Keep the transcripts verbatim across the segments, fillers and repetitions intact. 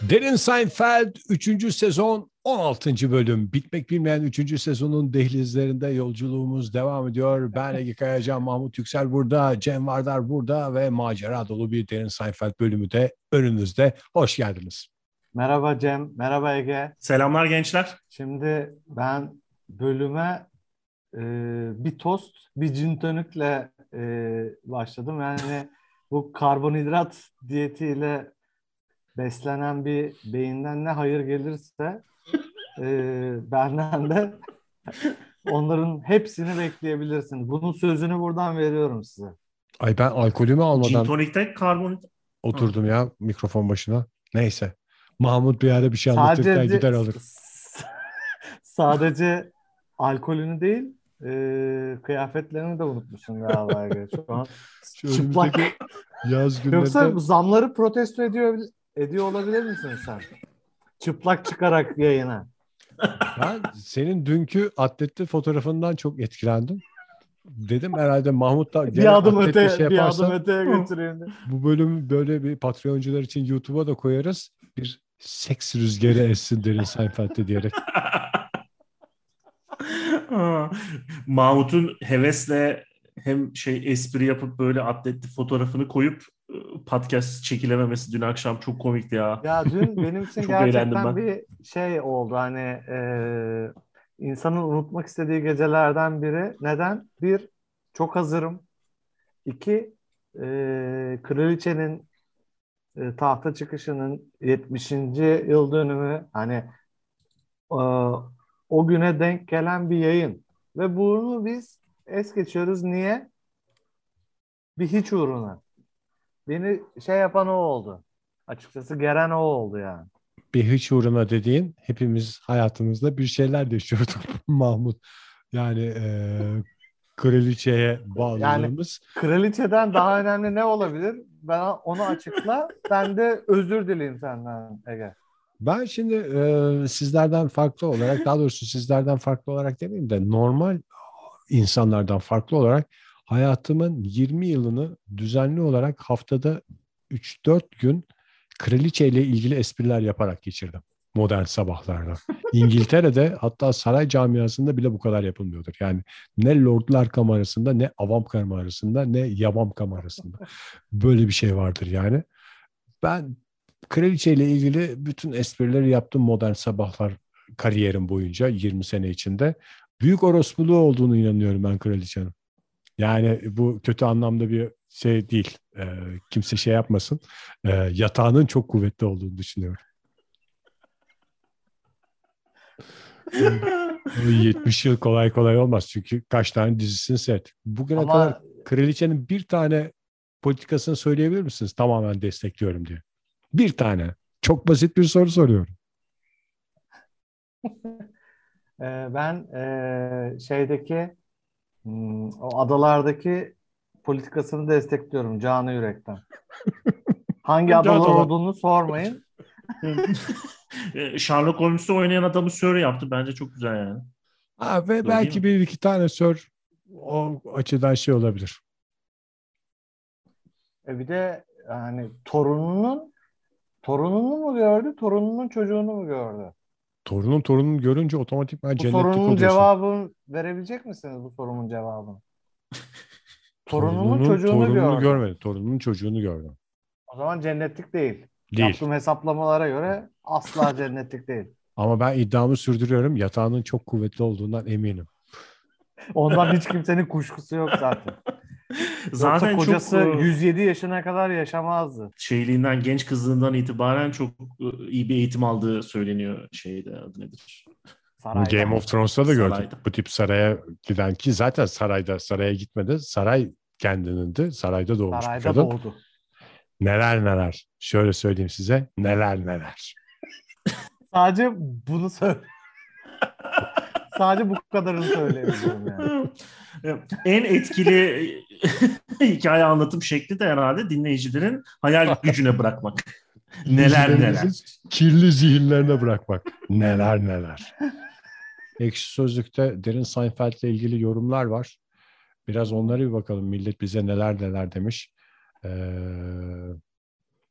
Derin Seinfeld üçüncü sezon on altıncı bölüm. Bitmek bilmeyen üçüncü sezonun dehlizlerinde yolculuğumuz devam ediyor. Ben Ege Kayacan, Mahmut Yüksel burada, Cem Vardar burada ve macera dolu bir Derin Seinfeld bölümü de önünüzde. Hoş geldiniz. Merhaba Cem, merhaba Ege. Selamlar gençler. Şimdi ben bölüme e, bir tost, bir gin tonikle e, başladım. Yani bu karbonhidrat diyetiyle beslenen bir beyinden ne hayır gelirse e, benden de onların hepsini bekleyebilirsiniz. Bunun sözünü buradan veriyorum size. Ay ben alkolümü Gin almadan tonik'te karbonhidrat. oturdum ya mikrofon başına. Neyse. Mahmut bir yerde bir şey Sadece anlatırken gider alır. sadece alkolünü değil, e, kıyafetlerini de unutmuşsun galiba Ege. Şu an Şu çıplak. önümüzdeki yaz günlerinde Yoksa bu zamları protesto ediyor ediyor olabilir misin sen? Çıplak çıkarak yayına. ben senin dünkü atletli fotoğrafından çok etkilendim. Dedim herhalde Mahmut da gene Bir adım atletli öte, şey bir yaparsa adım öteye götüreyim. bu bölümü böyle bir Patreoncular için YouTube'a da koyarız. Bir seks rüzgarı essin Derin Seinfeld'de diyerek. Mahmut'un hevesle hem şey espri yapıp böyle atletli fotoğrafını koyup podcast çekilememesi dün akşam çok komikti ya. Ya dün benim için Çok eğlendim gerçekten ben. bir şey oldu. Hani e, insanın unutmak istediği gecelerden biri. Neden? Bir, çok hazırım. İki, e, Kraliçenin e, tahta çıkışının yetmişinci yıl dönümü, hani e, o güne denk gelen bir yayın. Ve bunu biz es geçiyoruz. Niye? Bir hiç uğruna. Beni şey yapan o oldu. Açıkçası geren o oldu yani. Bir hiç uğruna dediğin hepimiz hayatımızda bir şeyler yaşıyorduk Mahmut. Yani e, kraliçeye Yani bağlılığımız. kraliçeden daha önemli ne olabilir? Ben onu açıkla. Ben de özür dileyim senden Ege. Ben şimdi e, sizlerden farklı olarak, daha doğrusu sizlerden farklı olarak demeyeyim de normal insanlardan farklı olarak hayatımın yirmi yılını düzenli olarak haftada üç dört gün kraliçeyle ilgili espriler yaparak geçirdim. Modern sabahlarda. İngiltere'de hatta saray camiasında bile bu kadar yapılmıyordur. Yani ne lordlar kamerasında ne avam kamerasında ne yavam kamerasında. Böyle bir şey vardır yani. Ben kraliçeyle ilgili bütün esprileri yaptım modern sabahlar kariyerim boyunca yirmi sene içinde. Büyük orospuluğu olduğunu inanıyorum ben kraliçenin. Yani bu kötü anlamda bir şey değil. Ee, kimse şey yapmasın. Ee, yatağının çok kuvvetli olduğunu düşünüyorum. yetmiş yıl kolay kolay olmaz. Çünkü kaç tane dizisini seyret. Bugüne Ama kadar kraliçenin bir tane politikasını söyleyebilir misiniz? Tamamen destekliyorum diye. Bir tane. Çok basit bir soru soruyorum. e, ben e, şeydeki hmm, o adalardaki politikasını destekliyorum canı yürekten. Hangi Hangi adalar adalar? olduğunu sormayın. Sherlock Holmes'u oynayan adamı Sir yaptı. Bence çok güzel yani. Ha, ve Doğru belki bir iki tane sör o açıdan şey olabilir. E bir de yani torununun torununu mu gördü, torununun çocuğunu mu gördü? Torunun torununu görünce otomatikman Bu cennetlik sorunun oluyorsun. cevabını verebilecek misiniz, bu sorunun cevabını? Torununun Torununun çocuğunu torununu gördü. görmedi. Torununun çocuğunu gördü. O zaman cennetlik değil. Değil. Yaptığım hesaplamalara göre asla cennetlik değil. Ama ben iddiamı sürdürüyorum. Yatağının çok kuvvetli olduğundan eminim. Ondan hiç kimsenin kuşkusu yok zaten. Yoksa Zaten çok kocası e, yüz yedi yaşına kadar yaşamazdı. şeyliğinden, genç kızlığından itibaren çok e, iyi bir eğitim aldığı söyleniyor şeyde, adı nedir? Bunu Sarayda. Game of Thrones'ta da gördük. Sarayda. Bu tip saraya giden ki zaten sarayda saraya gitmedi. Saray kendinindi. Sarayda doğmuş bir Sarayda kadın. doğdu. Neler neler. Şöyle söyleyeyim size. Neler neler. Sadece bunu söyle. Sadece bu kadarını söyleyebilirim yani. En etkili hikaye anlatım şekli de herhalde dinleyicilerin hayal gücüne bırakmak. Neler neler. Dinleyicilerimizin kirli zihinlerine bırakmak. Neler neler. Ekşi Sözlük'te Derin Seinfeld'le ilgili yorumlar var. Biraz onlara bir bakalım. Millet bize neler neler demiş. Ee,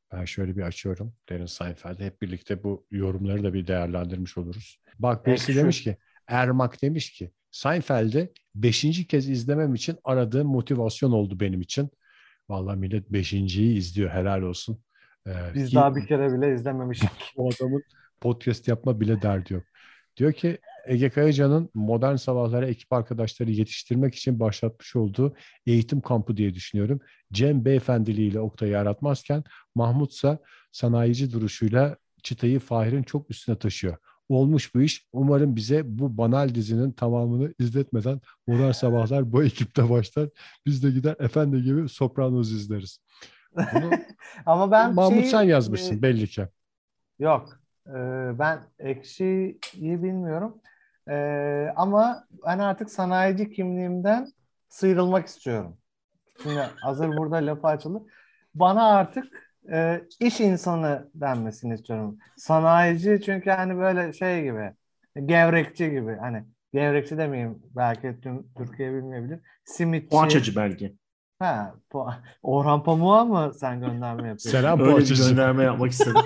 Ben şöyle bir açıyorum. Derin Seinfeld'de hep birlikte bu yorumları da bir değerlendirmiş oluruz. Bak birisi Ekşi. demiş ki, Ermak demiş ki, Seinfeld'i beşinci kez izlemem için aradığım motivasyon oldu benim için. Vallahi millet beşinciyi izliyor, helal olsun. Ee, Biz ki daha bir kere bile izlememiştik. o adamın podcast yapma bile derdi yok. Diyor ki Ege Kayacan'ın Modern Sabahlara ekip arkadaşları yetiştirmek için başlatmış olduğu eğitim kampı diye düşünüyorum. Cem beyefendiliğiyle Oktay'ı yaratmazken Mahmutsa sanayici duruşuyla çıtayı Fahir'in çok üstüne taşıyor. Olmuş bu iş. Umarım bize bu banal dizinin tamamını izletmeden Modern Sabahlar bu ekipte başlar. Biz de gider efendi gibi Sopranos izleriz. Bunu Ama ben Mahmut şeyi, sen yazmışsın e, belli ki. yok. Ee, ben Ekşi'yi bilmiyorum. Ee, ama ben artık sanayici kimliğimden sıyrılmak istiyorum. Şimdi hazır burada lafı açıldı. Bana artık e, iş insanı denmesini istiyorum. Sanayici çünkü hani böyle şey gibi, gevrekçi gibi. Hani gevrekçi demeyeyim, belki tüm Türkiye bilmeyebilir. Simitçi. Poğaçacı belki. Ha, po- Orhan Pamuk'a mı sen gönderme yapıyorsun? Selam Öyle bir poğaçacı. gönderme yapmak istedim.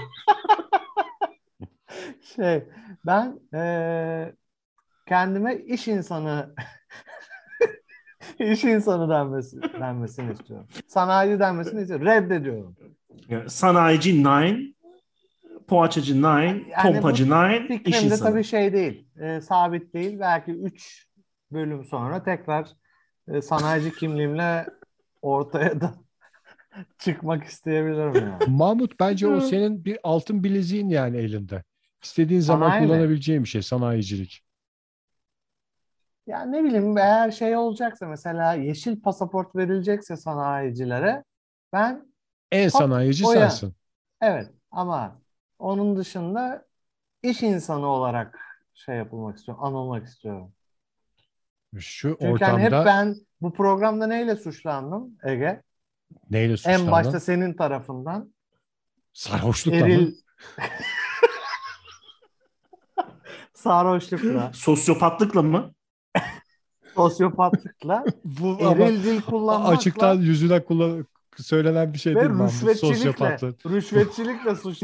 Şey, ben e, kendime iş insanı iş insanı denmesi, denmesini istiyorum. Sanayici denmesini istiyorum. Reddediyorum. Yani sanayici nine, poğaçacı nine, Yani pompacı bu nine, iş fikrim de insanı. tabii şey değil. e, sabit değil. Belki üç bölüm sonra tekrar e, sanayici kimliğimle ortaya da çıkmak isteyebilirim yani. Mahmut bence o senin bir altın bileziğin yani elinde. İstediğin zaman Sanayi mi? kullanabileceğin bir şey sanayicilik. Ya ne bileyim, eğer şey olacaksa, mesela yeşil pasaport verilecekse sanayicilere, ben En hop sanayici o ya. sensin. Evet, ama onun dışında iş insanı olarak şey yapılmak istiyorum, anılmak istiyorum. Şu Çünkü hani hep ortamda ben bu programda neyle suçlandım Ege? neyle En başta suçlandın? senin tarafından Sarhoşlukla mı? eril sarhoşlukla, Sosyopatlıkla mı? sosyopatlıkla, Bu ama eril dil açıktan kullanmakla yüzüne kullan söylenen bir şey ve değil Mahmut. rüşvetçilikle, Sosyopatlı. rüşvetçilikle suç.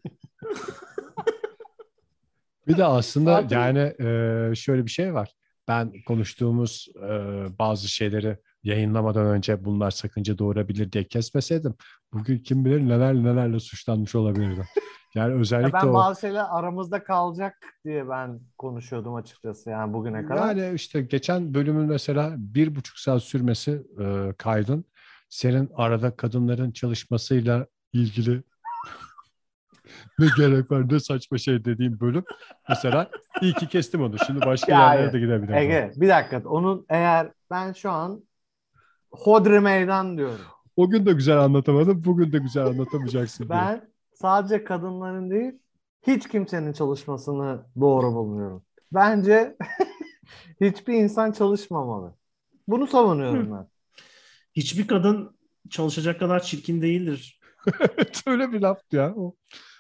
Bir de aslında Zaten yani e, şöyle bir şey var. Ben konuştuğumuz e, bazı şeyleri yayınlamadan önce bunlar sakınca doğurabilir diye kesmeseydim bugün kim bilir neler nelerle suçlanmış olabilirdim. Yani ya özellikle ben o bazı şeyler aramızda kalacak diye ben konuşuyordum açıkçası, yani bugüne kadar. yani işte geçen bölümün mesela bir buçuk saat sürmesi e, kaydın senin arada kadınların çalışmasıyla ilgili ne gerek var ne saçma şey dediğim bölüm mesela iyi ki kestim onu. Şimdi başka Ya yerlere hayır. de gidebilirdim. Ege bir dakika, onun eğer ben şu an Hodri Meydan diyorum. O gün de güzel anlatamadım, bugün de güzel anlatamayacaksın diye. Ben sadece kadınların değil, hiç kimsenin çalışmasını doğru bulmuyorum. Bence hiçbir insan çalışmamalı. Bunu savunuyorum ben. Hiçbir kadın çalışacak kadar çirkin değildir. Evet, öyle bir laftı ya. O.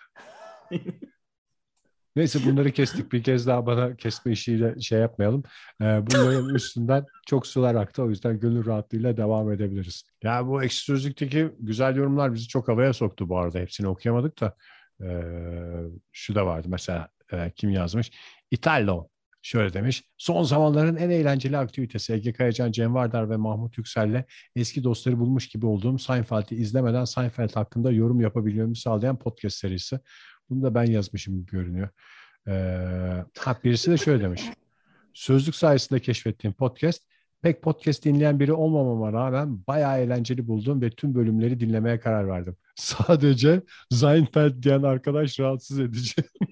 Neyse bunları kestik. Bir kez daha bana kesme işiyle şey yapmayalım. Ee, bunların üstünden çok sular aktı. O yüzden gönül rahatlığıyla devam edebiliriz. Ya bu Ekşi Sözlük'teki güzel yorumlar bizi çok havaya soktu bu arada. Hepsini okuyamadık da. Ee, şu da vardı mesela. E, kim yazmış? İtallo. Şöyle demiş. Son zamanların en eğlenceli aktivitesi Ege Kayacan, Cem Vardar ve Mahmut Yüksel'le eski dostları bulmuş gibi olduğum Seinfeld'i izlemeden Seinfeld hakkında yorum yapabilmemi sağlayan podcast serisi. Bunu da ben yazmışım gibi görünüyor. Ee, ha, birisi de şöyle demiş. Sözlük sayesinde keşfettiğim podcast, pek podcast dinleyen biri olmamama rağmen bayağı eğlenceli buldum ve tüm bölümleri dinlemeye karar verdim. Sadece Seinfeld diyen arkadaş rahatsız edici.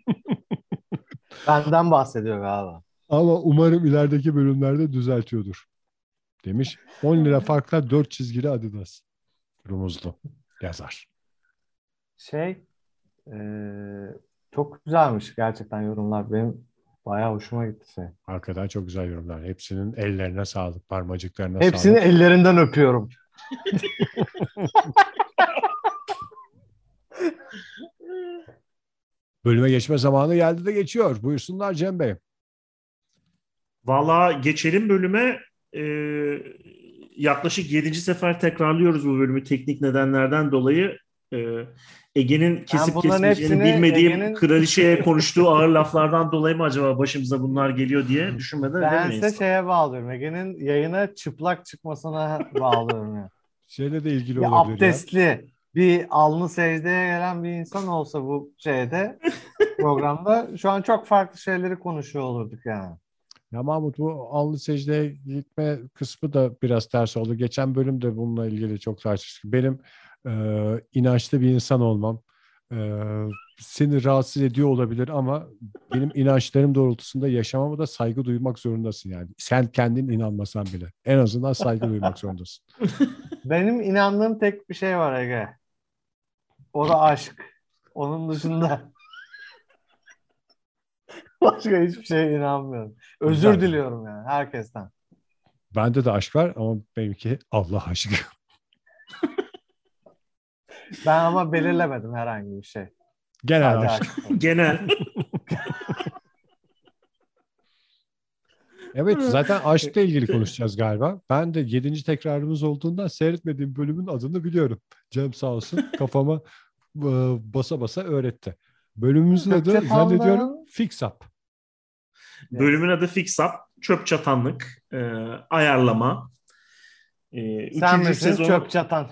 Benden bahsediyor galiba. Ama umarım ilerideki bölümlerde düzeltiyordur. Demiş. on lira farkla dört çizgili Adidas. Rumuzlu yazar. Şey e, çok güzelmiş gerçekten yorumlar. Benim bayağı hoşuma gitti şey. Hakikaten çok güzel yorumlar. Hepsinin ellerine sağlık, parmacıklarına Hepsini sağlık. ellerinden öpüyorum. Bölüme geçme zamanı geldi de geçiyor. Buyursunlar Cem Bey. Valla geçelim bölüme. Ee, yaklaşık yedinci sefer tekrarlıyoruz bu bölümü teknik nedenlerden dolayı. Ee, Ege'nin kesip bunların kesmeyeceğini hepsini bilmediğim Ege'nin- kraliçeye konuştuğu ağır laflardan dolayı mı acaba başımıza bunlar geliyor diye düşünmeden Ben edemeyiz. size şeye bağlıyorum. Ege'nin yayına çıplak çıkmasına bağlıyorum ya. Şeyle de ilgili Bir olabilir ya. abdestli, bir alnı secdeye gelen bir insan olsa bu şeyde programda şu an çok farklı şeyleri konuşuyor olurduk yani. Ya Mahmut, bu alnı secdeye gitme kısmı da biraz ters oldu. Geçen bölümde bununla ilgili çok tartıştık. Benim e, inançlı bir insan olmam e, seni rahatsız ediyor olabilir ama benim inançlarım doğrultusunda yaşamama da saygı duymak zorundasın yani. Sen kendin inanmasan bile. En azından saygı duymak zorundasın. Benim inandığım tek bir şey var Ege. O da aşk. Onun dışında başka hiçbir şeye inanmıyorum. Özür Güzel. diliyorum yani herkesten. Bende de aşk var ama benimki Allah aşkı. Ben ama belirlemedim herhangi bir şey. Genel Sadece aşk. aşk. Genel. Evet, zaten aşkla ilgili konuşacağız galiba. Ben de yedinci tekrarımız olduğundan seyretmediğim bölümün adını biliyorum. Cem sağ olsun kafama e, basa basa öğretti. Bölümümüzün adı Gökçe zannediyorum Tan'da- Fix Up. Bölümün adı Fix Up. Çöp çatanlık. E, ayarlama. E, Sen üçüncü misin sezon, çöp çatan?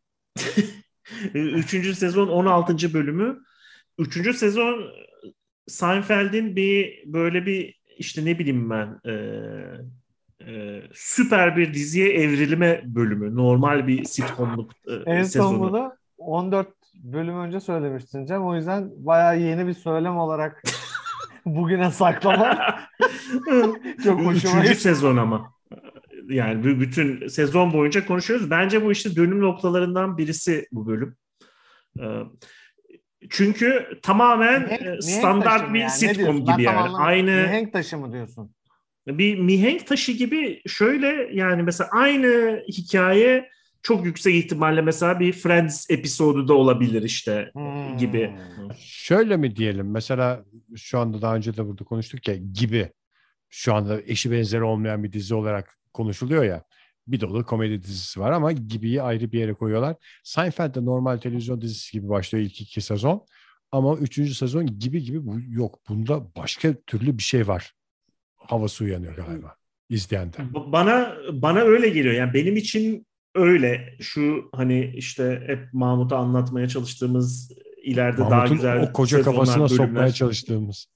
üçüncü sezon on altıncı bölümü. Üçüncü sezon Seinfeld'in bir böyle bir işte ne bileyim ben e, e, süper bir diziye evrilme bölümü. Normal bir sitcomluk e, En son sezonu. bunu on dört bölüm önce söylemiştin Cem. O yüzden bayağı yeni bir söylem olarak bugüne saklama çok hoşuma Üçüncü gitti. sezon ama. Yani b- bütün sezon boyunca konuşuyoruz. Bence bu işte dönüm noktalarından birisi bu bölüm. Ee, Çünkü tamamen Mihenk, e, mihenk taşı standart mı bir yani? Ne sitcom diyorsun? Ben gibi tam yani. anlamadım. Aynı Mihenk taşı mı diyorsun? bir mihenk taşı gibi şöyle yani mesela aynı hikaye çok yüksek ihtimalle mesela bir Friends episodu da olabilir işte Hmm. gibi. Şöyle mi diyelim, mesela şu anda daha önce de burada konuştuk ya, gibi şu anda eşi benzeri olmayan bir dizi olarak konuşuluyor ya. Bir dolu komedi dizisi var ama Gibi'yi ayrı bir yere koyuyorlar. Seinfeld de normal televizyon dizisi gibi başlıyor ilk iki sezon. Ama üçüncü sezon Gibi gibi bu yok. Bunda başka türlü bir şey var. Havası uyanıyor galiba izleyende. B- Bana bana öyle geliyor. Yani benim için öyle. Şu hani işte hep Mahmut'a anlatmaya çalıştığımız ileride daha Mahmut'un güzel o koca sezonlar, kafasına bölümler. sokmaya çalıştığımız.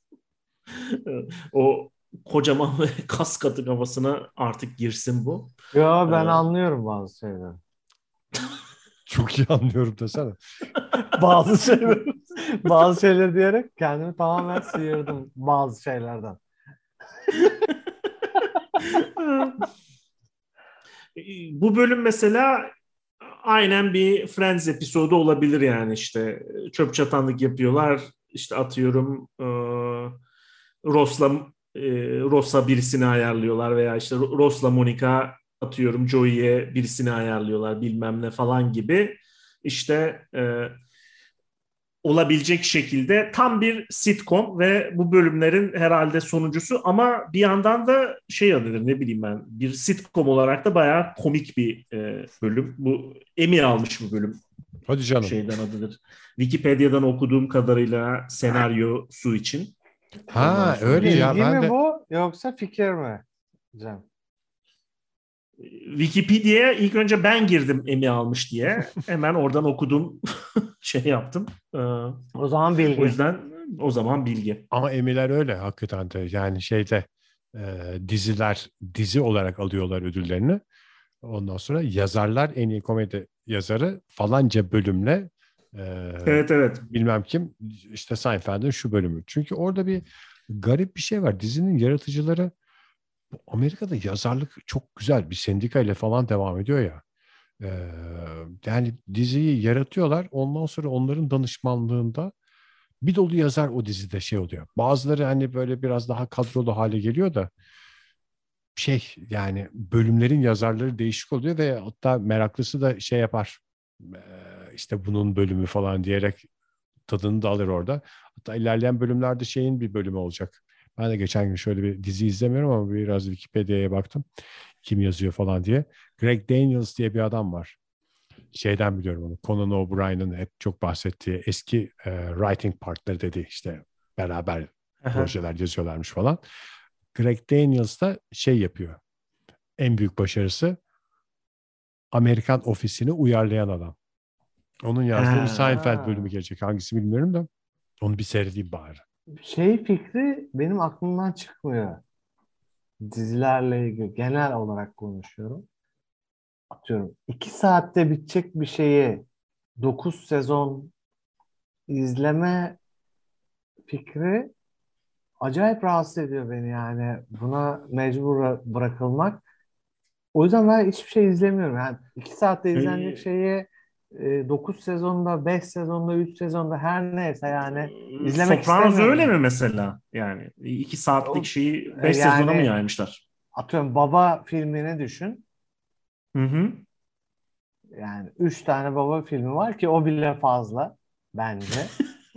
O kocaman ve kas katı kafasına artık girsin bu. Yo ben Ee, anlıyorum bazı şeyleri. Çok iyi anlıyorum desene. Bazı şeyler bazı şeyler diyerek kendimi tamamen sıyırdım bazı şeylerden. Bu bölüm mesela aynen bir Friends episodu olabilir yani işte çöp çatanlık yapıyorlar işte atıyorum e, Ross'la e, Ross'a birisini ayarlıyorlar veya işte Ross'la Monica atıyorum Joey'e birisini ayarlıyorlar bilmem ne falan gibi işte e, olabilecek şekilde tam bir sitcom ve bu bölümlerin herhalde sonuncusu ama bir yandan da şey adıdır ne bileyim ben bir sitcom olarak da bayağı komik bir e, bölüm. Bu Emmy almış bu bölüm Hadi canım. şeyden adıdır. Wikipedia'dan okuduğum kadarıyla senaryosu için. Ha Ondan sonra- öyle ya, Bilgi ben mi de bu yoksa fikir mi Cem? Wikipedia'ya ilk önce ben girdim Emmy almış diye. Hemen oradan okudum şey yaptım. Ee, O zaman bilgi. O yüzden o zaman bilgi. ama Emiler öyle hakikaten de, yani şeyde e, diziler dizi olarak alıyorlar ödüllerini. Ondan sonra yazarlar en iyi komedi yazarı falanca bölümle e, Evet evet. bilmem kim işte Seinfeld'in şu bölümü. Çünkü orada bir garip bir şey var. Dizinin yaratıcıları, bu Amerika'da yazarlık çok güzel bir sendika ile falan devam ediyor ya. Ee, yani diziyi yaratıyorlar. Ondan sonra onların danışmanlığında bir dolu yazar o dizide şey oluyor. Bazıları hani böyle biraz daha kadrolu hale geliyor da şey, yani bölümlerin yazarları değişik oluyor ve hatta meraklısı da şey yapar. Ee, işte bunun bölümü falan diyerek tadını da alır orada. Hatta ilerleyen bölümlerde şeyin bir bölümü olacak. Ben de geçen gün şöyle bir dizi izlemiyorum ama biraz Wikipedia'ya baktım. Kim yazıyor falan diye. Greg Daniels diye bir adam var. Şeyden biliyorum onu. Conan O'Brien'in hep çok bahsettiği eski e, writing partner dedi işte beraber projeler yazıyorlarmış falan. Greg Daniels da şey yapıyor. En büyük başarısı Amerikan Ofisini uyarlayan adam. Onun yazdığı bir Seinfeld bölümü Ha. gelecek. Hangisi bilmiyorum da onu bir seyredeyim bari. Şey fikri benim aklımdan çıkmıyor. Dizilerle ilgili genel olarak konuşuyorum. Atıyorum iki saatte bitecek bir şeyi dokuz sezon izleme fikri acayip rahatsız ediyor beni yani. Buna mecbur bırakılmak. O yüzden ben hiçbir şey izlemiyorum. Yani iki saatte izlenecek Ee, şeyi e, dokuz sezonda, beş sezonda, üç sezonda her neyse yani izlemek Sopranos öyle istemiyorum. mi mesela? Yani iki saatlik O, şeyi e, beş sezona mı yani yaymışlar? atıyorum Baba filmini düşün. Hı hı. Yani üç tane Baba filmi var ki o bile fazla bence.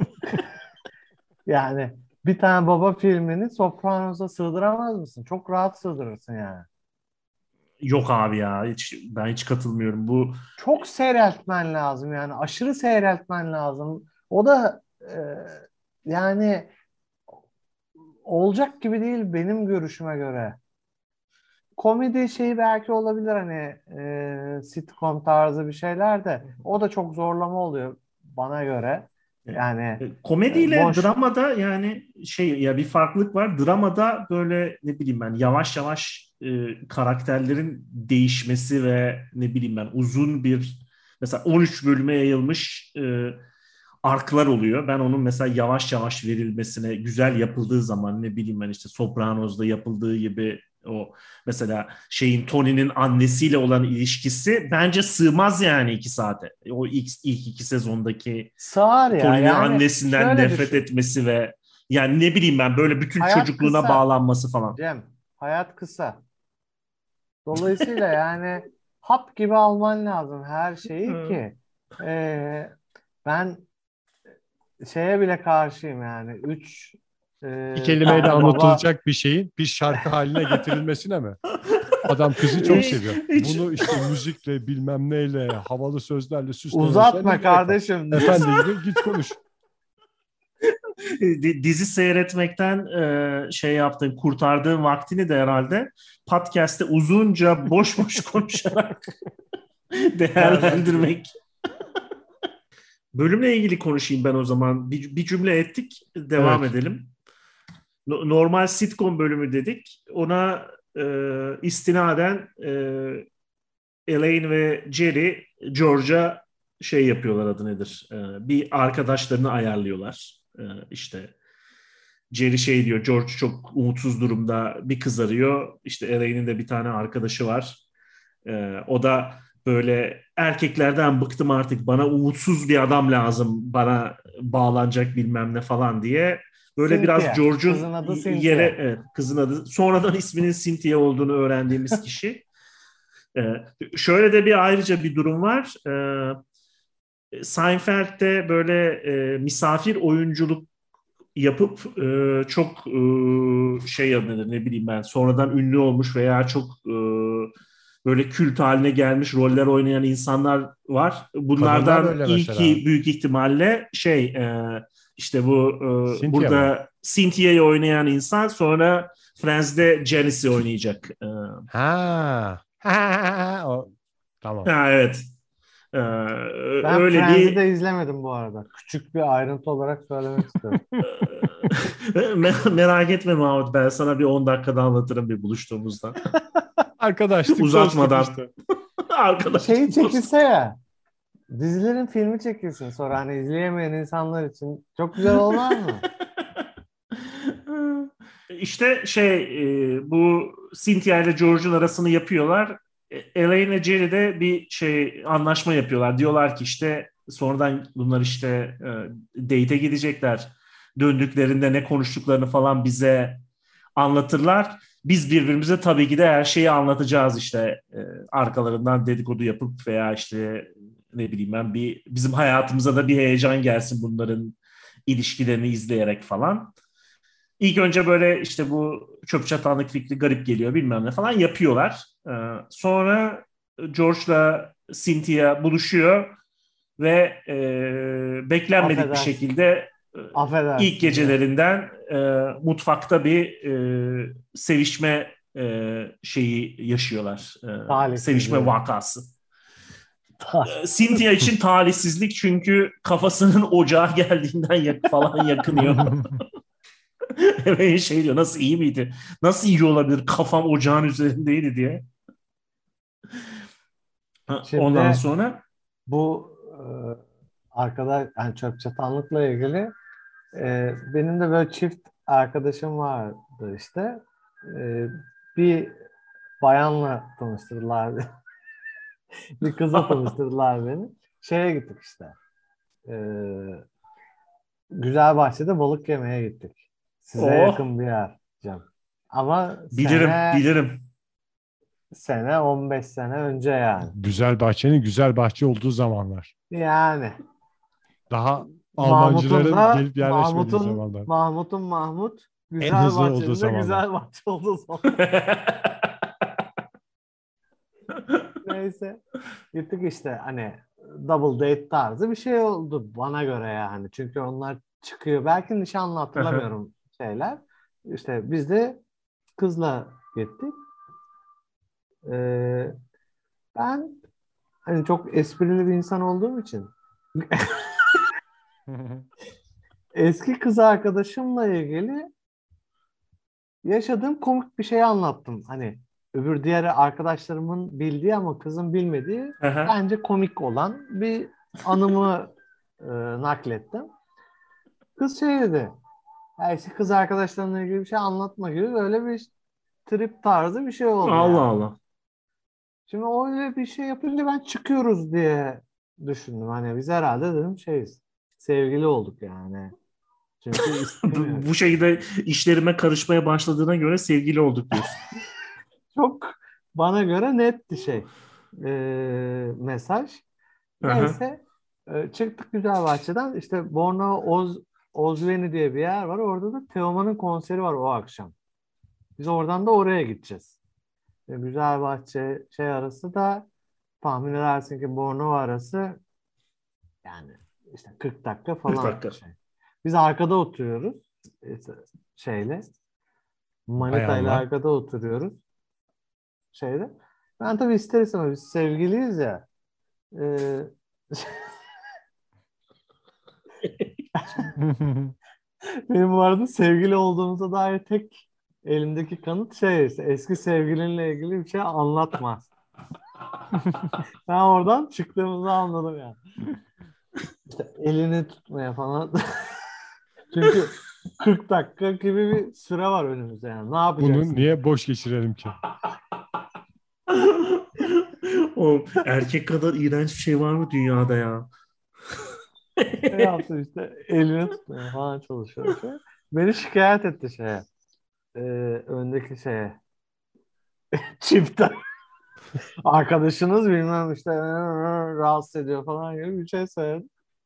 Yani bir tane Baba filmini Sopranos'a sığdıramaz mısın? Çok rahat sığdırırsın yani. Yok abi ya, hiç, ben hiç katılmıyorum. Bu Çok seyreltmen lazım yani. Aşırı seyreltmen lazım. O da e, yani olacak gibi değil benim görüşüme göre. Komedi şeyi belki olabilir hani e, sitcom tarzı bir şeyler de o da çok zorlama oluyor bana göre. e, Yani e, e, komediyle boş. dramada yani şey ya, bir farklılık var. Dramada böyle ne bileyim ben, yavaş yavaş e, karakterlerin değişmesi ve ne bileyim ben, uzun bir, mesela on üç bölüme yayılmış e, arklar oluyor. Ben onun mesela yavaş yavaş verilmesine, güzel yapıldığı zaman, ne bileyim ben, işte Sopranos'da yapıldığı gibi, o mesela şeyin, Tony'nin annesiyle olan ilişkisi bence sığmaz yani iki saate. O ilk, ilk iki sezondaki Sığar ya Tony'nin yani annesinden şöyle nefret düşün. etmesi ve yani ne bileyim ben, böyle bütün Hayat çocukluğuna kısa bağlanması falan. Cem. Hayat kısa. Dolayısıyla yani hap gibi alman lazım her şeyi Hı. ki e, ben şeye bile karşıyım yani. Üç Bir e, kelimeyle tane baba anlatılacak bir şeyin bir şarkı haline getirilmesine mi? Adam kızı çok hiç, seviyor. hiç Bunu işte müzikle bilmem neyle havalı sözlerle süslemesine ne uzatma gerek var? kardeşim. Efendi git konuş. dizi seyretmekten e, şey yaptığın, kurtardığın vaktini de herhalde podcast'te uzunca boş boş konuşarak Tabii. değerlendirmek. Bölümle ilgili konuşayım ben o zaman. Bir, bir cümle ettik, devam Evet. edelim. No- Normal sitcom bölümü dedik. Ona e, istinaden e, Elaine ve Jerry George'a şey yapıyorlar, adı nedir? E, bir arkadaşlarını ayarlıyorlar. E, işte Jerry şey diyor, George çok umutsuz durumda, bir kız arıyor. İşte Elaine'in de bir tane arkadaşı var. E, o da böyle, erkeklerden bıktım artık, bana umutsuz bir adam lazım, bana bağlanacak bilmem ne falan diye. Böyle biraz Cynthia. George'un Kızın adı yere, Cynthia. evet, kızın adı, sonradan isminin Cynthia olduğunu öğrendiğimiz kişi. E, şöyle de bir ayrıca bir durum var. E, Seinfeld'de böyle e, misafir oyunculuk yapıp e, çok e, şey adı ne bileyim ben, sonradan ünlü olmuş veya çok e, böyle kült haline gelmiş roller oynayan insanlar var. Kadınlar Bunlardan öyle mesela. ilki büyük ihtimalle şey e, işte bu e, Cynthia mı? burada Cynthia'yı oynayan insan sonra Friends'de Janice'i oynayacak. E, Ha. O, tamam. ha, evet. E, Ben öyle Friends'i bir de izlemedim bu arada. Küçük bir ayrıntı olarak söylemek istiyorum. merak etme Mahmut, ben sana bir on dakikada anlatırım bir buluştuğumuzda. Arkadaşlık, dostluk Uzatmadan. işte. Şeyi Arkadaşlık dost. çekilse ya. Dizilerin filmi çekilsin sonra hani izleyemeyen insanlar için. Çok güzel olmaz mı? İşte şey e, bu Cynthia ile George'un arasını yapıyorlar. E, Elaine ile Jerry de bir şey anlaşma yapıyorlar. Diyorlar ki işte sonradan bunlar işte e, date'e gidecekler. Döndüklerinde ne konuştuklarını falan bize anlatırlar. Biz birbirimize tabii ki de her şeyi anlatacağız işte, e, arkalarından dedikodu yapıp veya işte ne bileyim ben, bir bizim hayatımıza da bir heyecan gelsin bunların ilişkilerini izleyerek falan. İlk önce böyle işte bu çöp çatanlık fikri garip geliyor bilmem ne falan yapıyorlar. Ee, sonra George'la Cynthia buluşuyor ve e, beklenmedik bir Affedersin. şekilde e, Affedersin. ilk gecelerinden e, mutfakta bir e, sevişme e, şeyi yaşıyorlar. E, Talihsizlik. sevişme vakası. E, Cynthia için talihsizlik çünkü kafasının ocağa geldiğinden yak- falan yakınıyor. Ve şey diyor, nasıl iyi miydi? Nasıl iyi olabilir? Kafam ocağın üzerindeydi diye. Şimdi Ondan sonra bu e, arkadaş yani çöp çatanlıkla ilgili e, benim de böyle çift arkadaşım vardı işte. E, bir bayanla tanıştırdılar beni. Bir kızla tanıştırdılar beni. Şeye gittik işte. E, Güzelbahçe'de balık yemeye gittik. Size Oh. yakın bir yer Cem. Ama bilirim, sene, bilirim. sene on beş sene önce yani. Güzel bahçenin güzel bahçe olduğu zamanlar. Yani. Daha Mahmut'un Almancıların da gelip yerleşmediği Mahmut'un zamanlar. Mahmut'un Mahmut En güzel hızlı olduğu bahçede zamanlar. güzel bahçe olduğu zaman. Neyse. Gittik işte hani double date tarzı bir şey oldu bana göre yani. Çünkü onlar çıkıyor. Belki nişanlı hatırlamıyorum şeyler. İşte biz de kızla gittik. Ee, ben hani çok esprili bir insan olduğum için eski kız arkadaşımla ilgili yaşadığım komik bir şey anlattım. Hani öbür diğer arkadaşlarımın bildiği ama kızın bilmediği bence komik olan bir anımı e, naklettim. Kız şey dedi. Ya işte kız arkadaşlarımla ilgili bir şey anlatma gibi böyle bir trip tarzı bir şey oldu. Allah yani. Allah. Şimdi öyle bir şey yapınca ben çıkıyoruz diye düşündüm. Hani biz herhalde dedim şeyiz. Sevgili olduk yani. Çünkü istemiyorum. Bu şekilde işlerime karışmaya başladığına göre sevgili olduk diyorsun. Çok bana göre netti şey. Ee, mesaj. Neyse. e, çıktık Güzelbahçe'den. İşte Bornova Oz, Ozveni diye bir yer var. Orada da Teoman'ın konseri var o akşam. Biz oradan da oraya gideceğiz. E, Güzelbahçe şey arası da tahmin edersin ki Bornova arası yani işte kırk dakika falan. kırk dakika. Şey. Biz arkada oturuyoruz. İşte şeyle. Manita ile arkada oturuyoruz. Şeyde. Ben tabii ister istemez biz sevgiliyiz ya. Ee, benim bu arada sevgili olduğumuza dair tek elimdeki kanıt şey işte, eski sevgilinle ilgili bir şey anlatma. Ben oradan çıktığımızı anladım yani. İşte elini tutmaya falan. Çünkü kırk dakika gibi bir süre var önümüzde yani. Ne yapacaksın? Bunu niye boş geçirelim ki? O erkek kadar iğrenç bir şey var mı dünyada ya? Ne yaptım işte elini tutmaya falan çalışıyor. Şey. Beni şikayet etti şeye. Ee, öndeki şeye. Çifte. Arkadaşınız bilmem işte rahatsız ediyor falan gibi bir şey söyledi.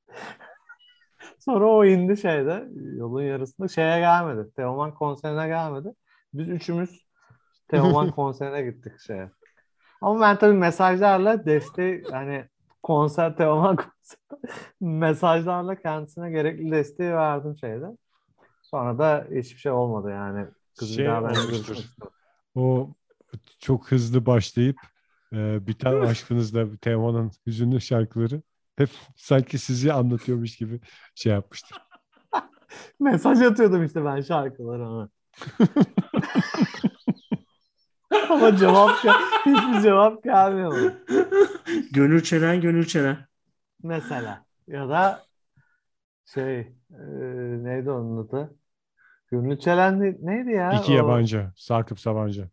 Sonra o indi şeyde yolun yarısında şeye gelmedi. Teoman konserine gelmedi. Biz üçümüz Teoman konserine gittik şeye. Ama ben tabii mesajlarla desteği hani konser Teoman konser mesajlarla kendisine gerekli desteği verdim şeyde. Sonra da hiçbir şey olmadı yani. Kız Şey daha benimle olmuştur. görüşmek istemedi. O çok hızlı başlayıp e, biten aşkınızda Teoman'ın hüzünlü şarkıları hep sanki sizi anlatıyormuş gibi şey yapmıştır. Mesaj atıyordum işte ben şarkılara ona. Ama cevap gel hiçbir cevap gelmiyor bana. Gönül çelen, gönül çelen. Mesela. Ya da şey e, neydi onun adı? Gönül Çelen ne- neydi ya? İki O... yabancı. Sakıp Sabancı.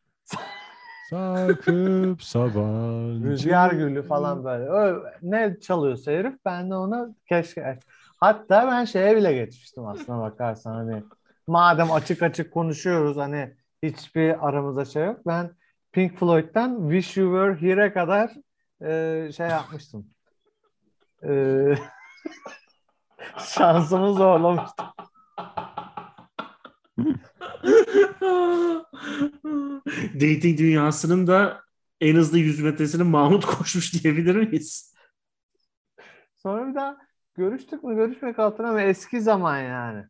Sakıp Sabancı. Rüzgar Gülü falan böyle. O, ne çalıyorsa herif ben de ona keşke. Hatta ben şeye bile geçmiştim aslına bakarsan hani madem açık açık konuşuyoruz hani hiçbir aramızda şey yok. Ben Pink Floyd'dan Wish You Were Here'e kadar e, şey yapmıştım. E, şansımı zorlamıştım. Dating dünyasının da en hızlı yüz metresini Mahmut koşmuş diyebilir miyiz? Sonra bir daha görüştük mü görüşmek hatırlamıyorum. Eski zaman yani.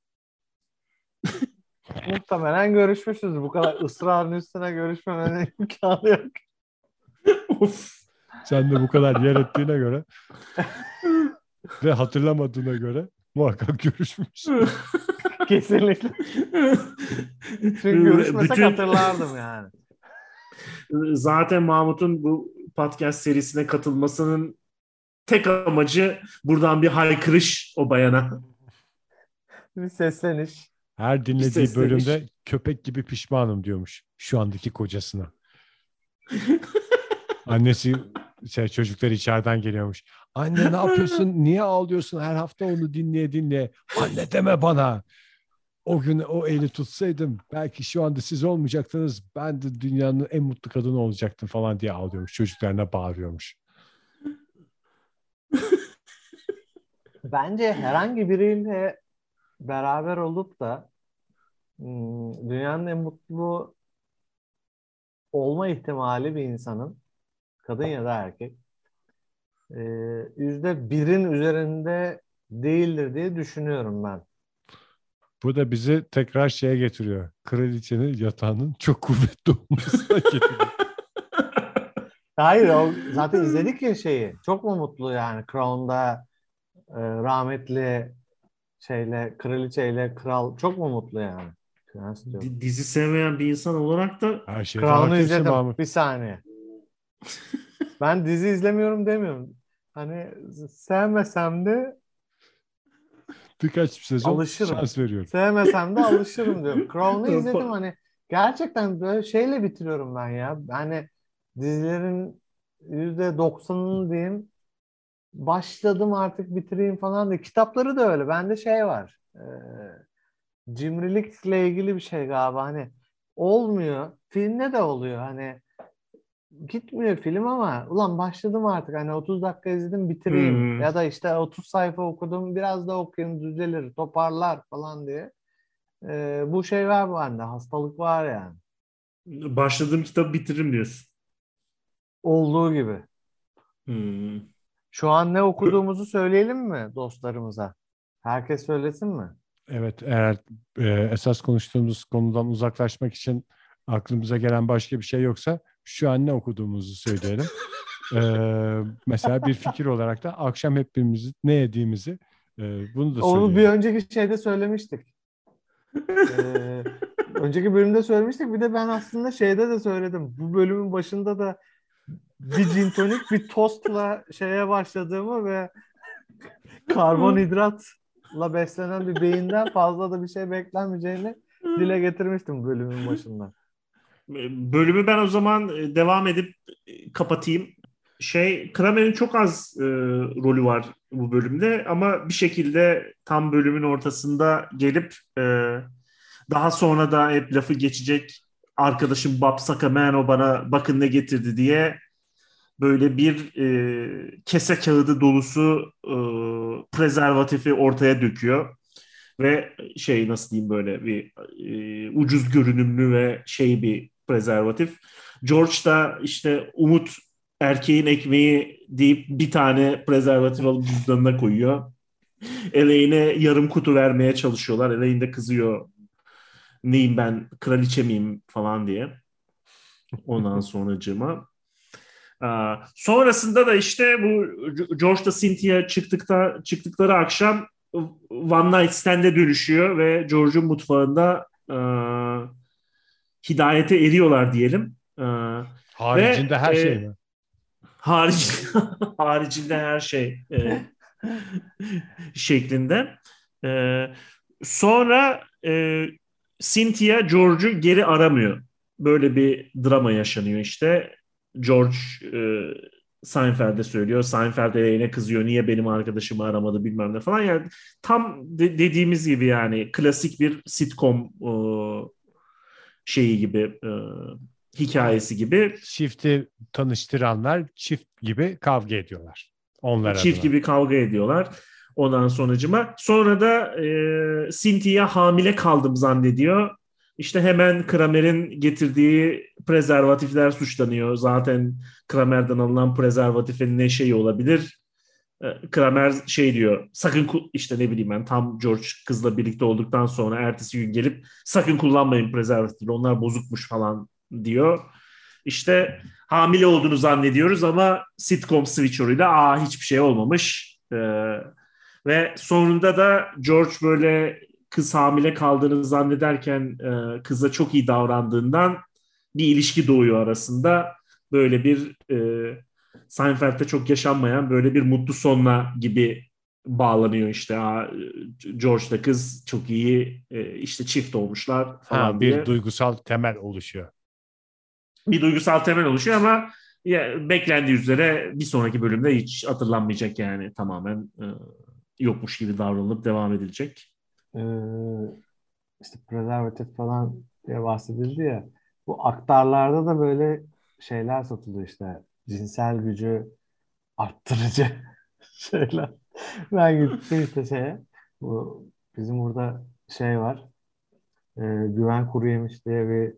Muhtemelen görüşmüşüz. Bu kadar ısrarın üstüne görüşmemenin imkanı yok. Of. Sen de bu kadar yer ettiğine göre ve hatırlamadığına göre muhakkak görüşmüşsün. Kesinlikle. Çünkü görüşmesek Bütün... hatırlardım yani. Zaten Mahmut'un bu podcast serisine katılmasının tek amacı buradan bir haykırış o bayana. Bir sesleniş. Her dinlediği sesleniş. bölümde köpek gibi pişmanım diyormuş şu andaki kocasına. Annesi şey, çocuklar içeriden geliyormuş. Anne ne yapıyorsun? Niye ağlıyorsun? Her hafta onu dinleye dinleye. Anne deme bana. O gün o eli tutsaydım belki şu anda siz olmayacaktınız. Ben de dünyanın en mutlu kadını olacaktım falan diye ağlıyormuş. Çocuklarına bağırıyormuş. Bence herhangi biriyle beraber olup da dünyanın en mutlu olma ihtimali bir insanın, kadın ya da erkek, yüzde birin üzerinde değildir diye düşünüyorum ben. Bu da bizi tekrar şeye getiriyor. Kraliçenin yatağının çok kuvvetli olmasına getiriyor. Hayır, o zaten izledik ya şeyi. Çok mu mutlu yani Crown'da e, rahmetli şeyle, kraliçeyle kral çok mu mutlu yani? D- dizi sevmeyen bir insan olarak da her şeyden Crown'u haklısın izledim. Mahmut. Bir saniye. Ben dizi izlemiyorum demiyorum. Hani sevmesem de Birkaç sezon alışırım. şans veriyorum. Sevmesem de alışırım diyorum. Crown'u izledim, hani gerçekten böyle şeyle bitiriyorum ben ya. Hani dizilerin yüzde doksanını diyeyim, başladım artık bitireyim falan diye. Kitapları da öyle. Bende şey var. E, cimrilikle ilgili bir şey galiba. Hani olmuyor. Filmde de oluyor. Hani gitmiyor film ama ulan başladım artık. Hani otuz dakika izledim bitireyim. Hmm. Ya da işte otuz sayfa okudum. Biraz da okuyayım düzelir, toparlar falan diye. E, bu şey var bende. Hastalık var yani. başladığım kitabı bitiririm diyorsun. Olduğu gibi. Hmm. Şu an ne okuduğumuzu söyleyelim mi dostlarımıza? Herkes söylesin mi? Evet, eğer e, esas konuştuğumuz konudan uzaklaşmak için aklımıza gelen başka bir şey yoksa şu an ne okuduğumuzu söyleyelim. E, mesela bir fikir olarak da akşam hepimiz ne yediğimizi e, bunu da Onu söyleyelim. bir önceki şeyde söylemiştik. ee, önceki bölümde söylemiştik. Bir de ben aslında şeyde de söyledim. Bu bölümün başında da bir gin tonik, bir tostla şeye başladığımı ve karbonhidratla beslenen bir beyinden fazla da bir şey beklenmeyeceğini dile getirmiştim bölümün başında. Bölümü ben o zaman devam edip kapatayım. Şey, Kramer'in çok az e, rolü var bu bölümde ama bir şekilde tam bölümün ortasında gelip e, daha sonra da hep lafı geçecek arkadaşım Bob Sacamano bana bakın ne getirdi diye böyle bir e, kese kağıdı dolusu e, prezervatifi ortaya döküyor. Ve şey nasıl diyeyim böyle bir e, ucuz görünümlü ve şey bir prezervatif. George da işte Umut erkeğin ekmeği deyip bir tane prezervatif alıp cüzdanına koyuyor. Elaine'e yarım kutu vermeye çalışıyorlar. Elaine de kızıyor. Neyim ben, kraliçe miyim falan diye. Ondan sonracığıma. Aa, sonrasında da işte bu George'da Cynthia çıktıkta, çıktıkları akşam One Night Stand'e dönüşüyor ve George'un mutfağında e, hidayete eriyorlar diyelim. E, Haricinde ve, her e, şey mi? Haric, haricinde her şey e, şeklinde. E, sonra e, Cynthia George'u geri aramıyor. Böyle bir drama yaşanıyor işte. George e, Seinfeld'e söylüyor. Seinfeld Elaine'e kızıyor. Niye benim arkadaşımı aramadı bilmem ne falan. Yani tam de- dediğimiz gibi yani klasik bir sitcom e, şeyi gibi e, hikayesi gibi. Çifti tanıştıranlar çift gibi kavga ediyorlar. Onlar Çift adına. gibi kavga ediyorlar. Ondan sonracıma. Sonra da e, Cynthia hamile kaldım zannediyor. İşte hemen Kramer'in getirdiği prezervatifler suçlanıyor. Zaten Kramer'den alınan prezervatifin ne şeyi olabilir? Kramer şey diyor, sakın işte ne bileyim ben tam George kızla birlikte olduktan sonra ertesi gün gelip sakın kullanmayın prezervatifleri, onlar bozukmuş falan diyor. İşte hamile olduğunu zannediyoruz ama sitcom switcher'ıyla aa hiçbir şey olmamış. Ee, ve sonunda da George böyle kız hamile kaldığını zannederken e, kıza çok iyi davrandığından bir ilişki doğuyor arasında. Böyle bir e, Seinfeld'de çok yaşanmayan böyle bir mutlu sonla gibi bağlanıyor işte. Ha, George'la kız çok iyi e, işte çift olmuşlar falan ha, diye. bir duygusal temel oluşuyor. Bir duygusal temel oluşuyor ama ya, beklendiği üzere bir sonraki bölümde hiç hatırlanmayacak yani. Tamamen e, yokmuş gibi davranılıp devam edilecek. Ee, işte prezervatif falan diye bahsedildi ya. Bu aktarlarda da böyle şeyler satılıyor işte. Cinsel gücü arttırıcı şeyler. Ben gittim işte şeye. Bu bizim burada şey var. E, Güven Kuru Yemiş diye bir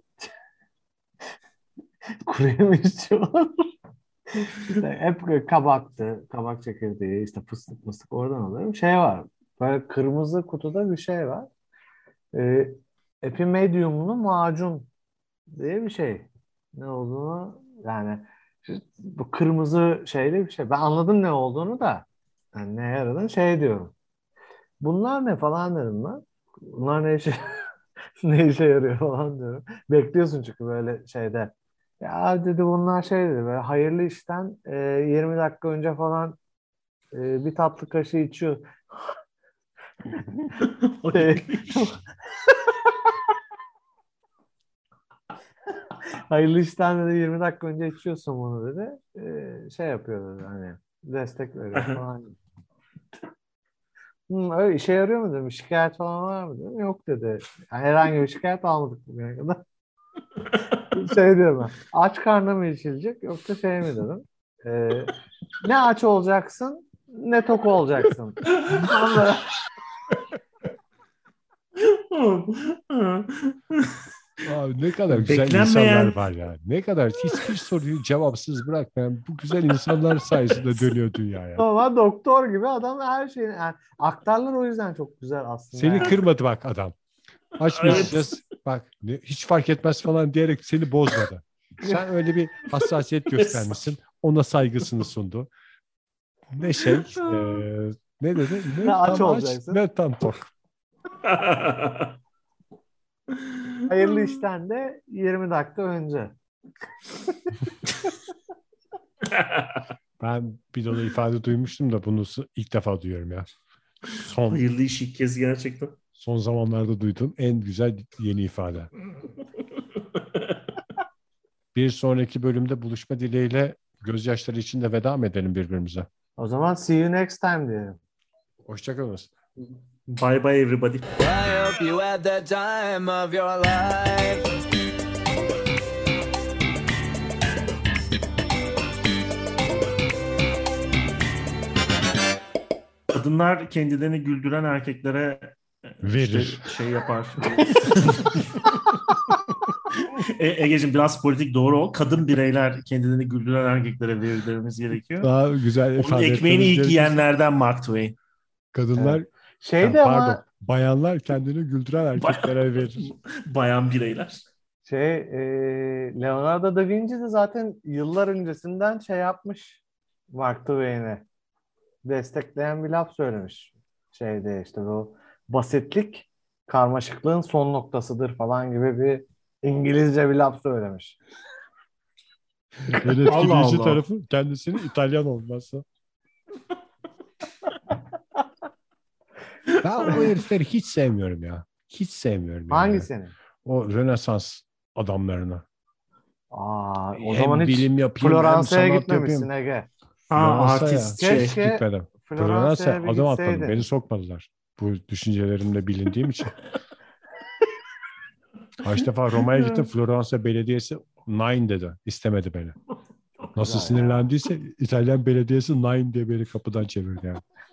kuru yemişçi var. İşte hep kabaktı. Kabak çekirdeği, işte fıstık mıstık oradan alıyorum. Şey var. Böyle kırmızı kutuda bir şey var. E, Epimediumlu macun diye bir şey. Ne olduğunu yani işte bu kırmızı şeyli bir şey. Ben anladım ne olduğunu da yani neye yaradığını şey diyorum. Bunlar ne falan dedim ben. Bunlar ne işe ne işe yarıyor falan diyorum. Bekliyorsun çünkü böyle şeyde. Ya dedi bunlar şey dedi böyle hayırlı işten e, yirmi dakika önce falan e, bir tatlı kaşığı içiyor. Şey, hayırlı işten dedi yirmi dakika önce içiyorsun bunu dedi. E, şey yapıyor dedi hani destek veriyor falan. Hı, öyle işe yarıyor mu dedim. Şikayet falan var mı dedim. Yok dedi. Yani herhangi bir şikayet almadık bugüne kadar. Şey diyorum ben. Aç karnına mı içilecek yoksa şey mi dedim. Ee, ne aç olacaksın ne tok olacaksın. Onlara... Abi ne kadar güzel Beklenmeyen... insanlar var ya. Ne kadar hiçbir soruyu cevapsız bırakmayan bu güzel insanlar sayesinde dönüyor dünya ya. Ama doktor gibi adam her şeyi yani aktarlar o yüzden çok güzel aslında. Seni yani. kırmadı bak adam. Açmayacağız. Evet. Bak hiç fark etmez falan diyerek seni bozmadı. Sen öyle bir hassasiyet göstermişsin. Ona saygısını sundu. Ne şey e, ne dedi? Ne, ne aç tam olacaksın. Aç, ne tam tok. Hayırlı işten de yirmi dakika önce. Ben bir dolu ifade duymuştum da bunu ilk defa duyuyorum ya. Son, Hayırlı iş ilk kez gerçekten. Son zamanlarda duyduğum en güzel yeni ifade. Bir sonraki bölümde buluşma dileğiyle gözyaşları içinde veda mı edelim birbirimize? O zaman see you next time diyelim. Hoşçakalın. Bye bye everybody. I hope you had the time of your life. Kadınlar kendilerini güldüren erkeklere verir. İşte şey yapar. e, Egeciğim biraz politik doğru ol. Kadın bireyler kendilerini güldüren erkeklere verir dememiz gerekiyor. Daha güzel ifade Onun ekmeğini ilk yiyenlerden Mark Twain. Kadınlar evet. Şeyde yani, ama pardon, bayanlar kendini güldüren erkeklere verir. Bayan bireyler. Şey e, Leonardo da Vinci de zaten yıllar öncesinden şey yapmış Mark Twain'e destekleyen bir laf söylemiş. Şeyde işte bu basitlik karmaşıklığın son noktasıdır falan gibi bir İngilizce bir laf söylemiş. En etkileyici tarafı kendisinin İtalyan olması. Ben o herifleri hiç sevmiyorum ya. Hiç sevmiyorum. Hangisini? Yani. O Rönesans adamlarını. Aa, o hem zaman hiç bilim yapayım, Floransa'ya gitmemişsin Ege. Ha, artist şey. Keşke gitmedim. Floransa'ya adım gitseydin. atmadım. Beni sokmadılar. Bu düşüncelerimle bilindiğim için. Kaç defa Roma'ya gittim. Floransa Belediyesi nine dedi. İstemedi beni. Nasıl sinirlendiyse İtalyan Belediyesi nine diye beni kapıdan çevirdi yani.